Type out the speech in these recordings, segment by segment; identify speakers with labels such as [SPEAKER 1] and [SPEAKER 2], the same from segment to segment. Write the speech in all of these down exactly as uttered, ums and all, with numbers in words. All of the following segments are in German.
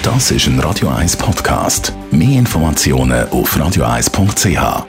[SPEAKER 1] Das ist ein Radio eins Podcast. Mehr Informationen auf radio eins punkt c h.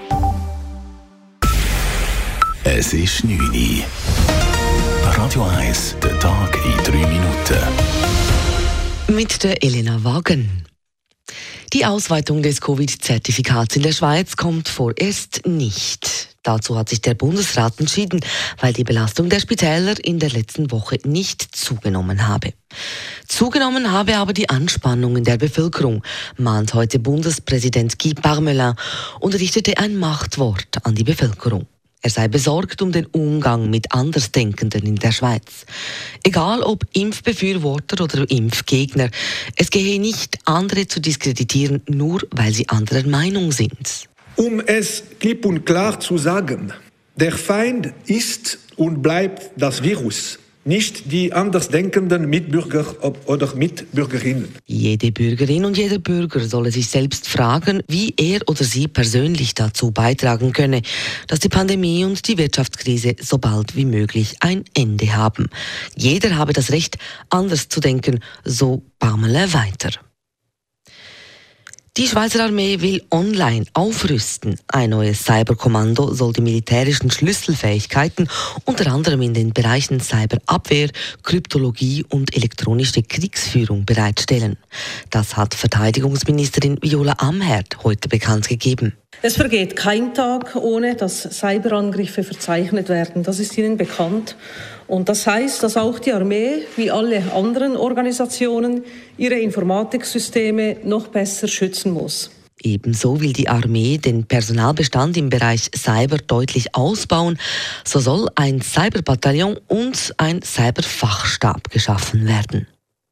[SPEAKER 1] Es ist neun Uhr. Radio eins, der Tag in drei Minuten.
[SPEAKER 2] Mit der Elena Wagen. Die Ausweitung des Covid-Zertifikats in der Schweiz kommt vorerst nicht. Dazu hat sich der Bundesrat entschieden, weil die Belastung der Spitäler in der letzten Woche nicht zugenommen habe. Zugenommen habe aber die Anspannung in der Bevölkerung, mahnt heute Bundespräsident Guy Parmelin und richtete ein Machtwort an die Bevölkerung. Er sei besorgt um den Umgang mit Andersdenkenden in der Schweiz. Egal ob Impfbefürworter oder Impfgegner, es gehe nicht, andere zu diskreditieren, nur weil sie anderer Meinung sind.
[SPEAKER 3] Um es klipp und klar zu sagen, der Feind ist und bleibt das Virus, nicht die andersdenkenden Mitbürger oder Mitbürgerinnen.
[SPEAKER 2] Jede Bürgerin und jeder Bürger solle sich selbst fragen, wie er oder sie persönlich dazu beitragen könne, dass die Pandemie und die Wirtschaftskrise so bald wie möglich ein Ende haben. Jeder habe das Recht, anders zu denken, so Parmelin weiter. Die Schweizer Armee will online aufrüsten. Ein neues Cyberkommando soll die militärischen Schlüsselfähigkeiten unter anderem in den Bereichen Cyberabwehr, Kryptologie und elektronische Kriegsführung bereitstellen. Das hat Verteidigungsministerin Viola Amherd heute bekannt gegeben.
[SPEAKER 4] Es vergeht kein Tag, ohne dass Cyberangriffe verzeichnet werden. Das ist Ihnen bekannt. Und das heißt, dass auch die Armee, wie alle anderen Organisationen, ihre Informatiksysteme noch besser schützen muss.
[SPEAKER 2] Ebenso will die Armee den Personalbestand im Bereich Cyber deutlich ausbauen. So soll ein Cyberbataillon und ein Cyberfachstab geschaffen werden.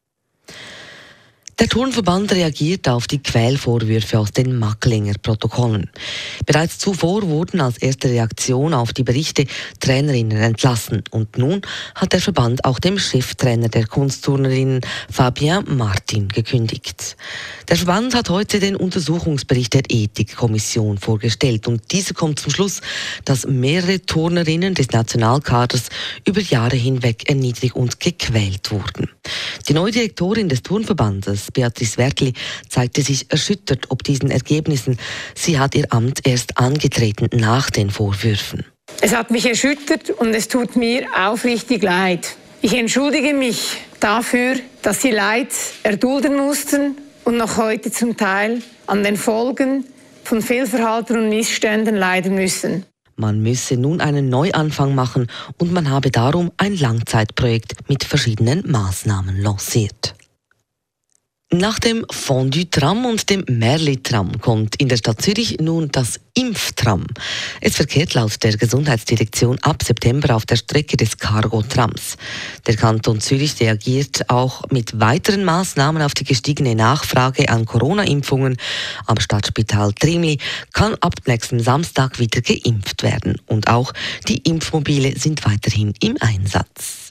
[SPEAKER 2] Der Turnverband reagiert auf die Quälvorwürfe aus den Macklinger Protokollen. Bereits zuvor wurden als erste Reaktion auf die Berichte Trainerinnen entlassen. Und nun hat der Verband auch dem Cheftrainer der Kunstturnerinnen Fabien Martin gekündigt. Der Verband hat heute den Untersuchungsbericht der Ethikkommission vorgestellt. Und dieser kommt zum Schluss, dass mehrere Turnerinnen des Nationalkaders über Jahre hinweg erniedrigt und gequält wurden. Die neue Direktorin des Turnverbandes, Beatrice Wertli, zeigte sich erschüttert ob diesen Ergebnissen. Sie hat ihr Amt erst angetreten nach den Vorwürfen.
[SPEAKER 5] Es hat mich erschüttert und es tut mir aufrichtig leid. Ich entschuldige mich dafür, dass Sie Leid erdulden mussten und noch heute zum Teil an den Folgen von Fehlverhalten und Missständen leiden müssen.
[SPEAKER 2] Man müsse nun einen Neuanfang machen und man habe darum ein Langzeitprojekt mit verschiedenen Maßnahmen lanciert. Nach dem Fondue-Tram und dem Merli-Tram kommt in der Stadt Zürich nun das Impftram. Es verkehrt laut der Gesundheitsdirektion ab September auf der Strecke des Cargo-Trams. Der Kanton Zürich reagiert auch mit weiteren Maßnahmen auf die gestiegene Nachfrage an Corona-Impfungen. Am Stadtspital Trimli kann ab nächsten Samstag wieder geimpft werden. Und auch die Impfmobile sind weiterhin im Einsatz.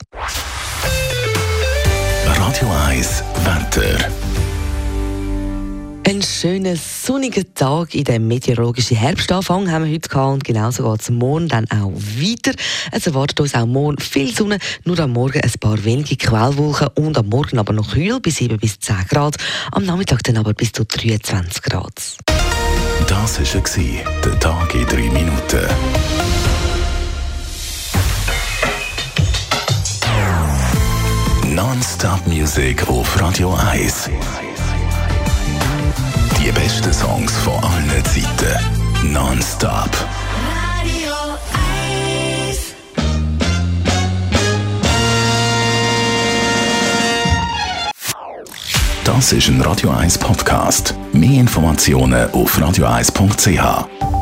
[SPEAKER 1] Radio eins Wetter.
[SPEAKER 2] Ein schöner, sonniger Tag in dem meteorologischen Herbstanfang haben wir heute gehabt und genauso geht es morgen dann auch weiter. Es erwartet uns auch morgen viel Sonne, nur am Morgen ein paar wenige Quellwolken und am Morgen aber noch kühl bis sieben bis zehn Grad, am Nachmittag dann aber bis zu dreiundzwanzig Grad.
[SPEAKER 1] Das war der Tag in drei Minuten. Non-Stop-Musik auf Radio eins. Die besten Songs von allen Zeiten. Non-Stop.
[SPEAKER 6] Radio eins.
[SPEAKER 1] Das ist ein Radio eins Podcast. Mehr Informationen auf radio eins punkt c h.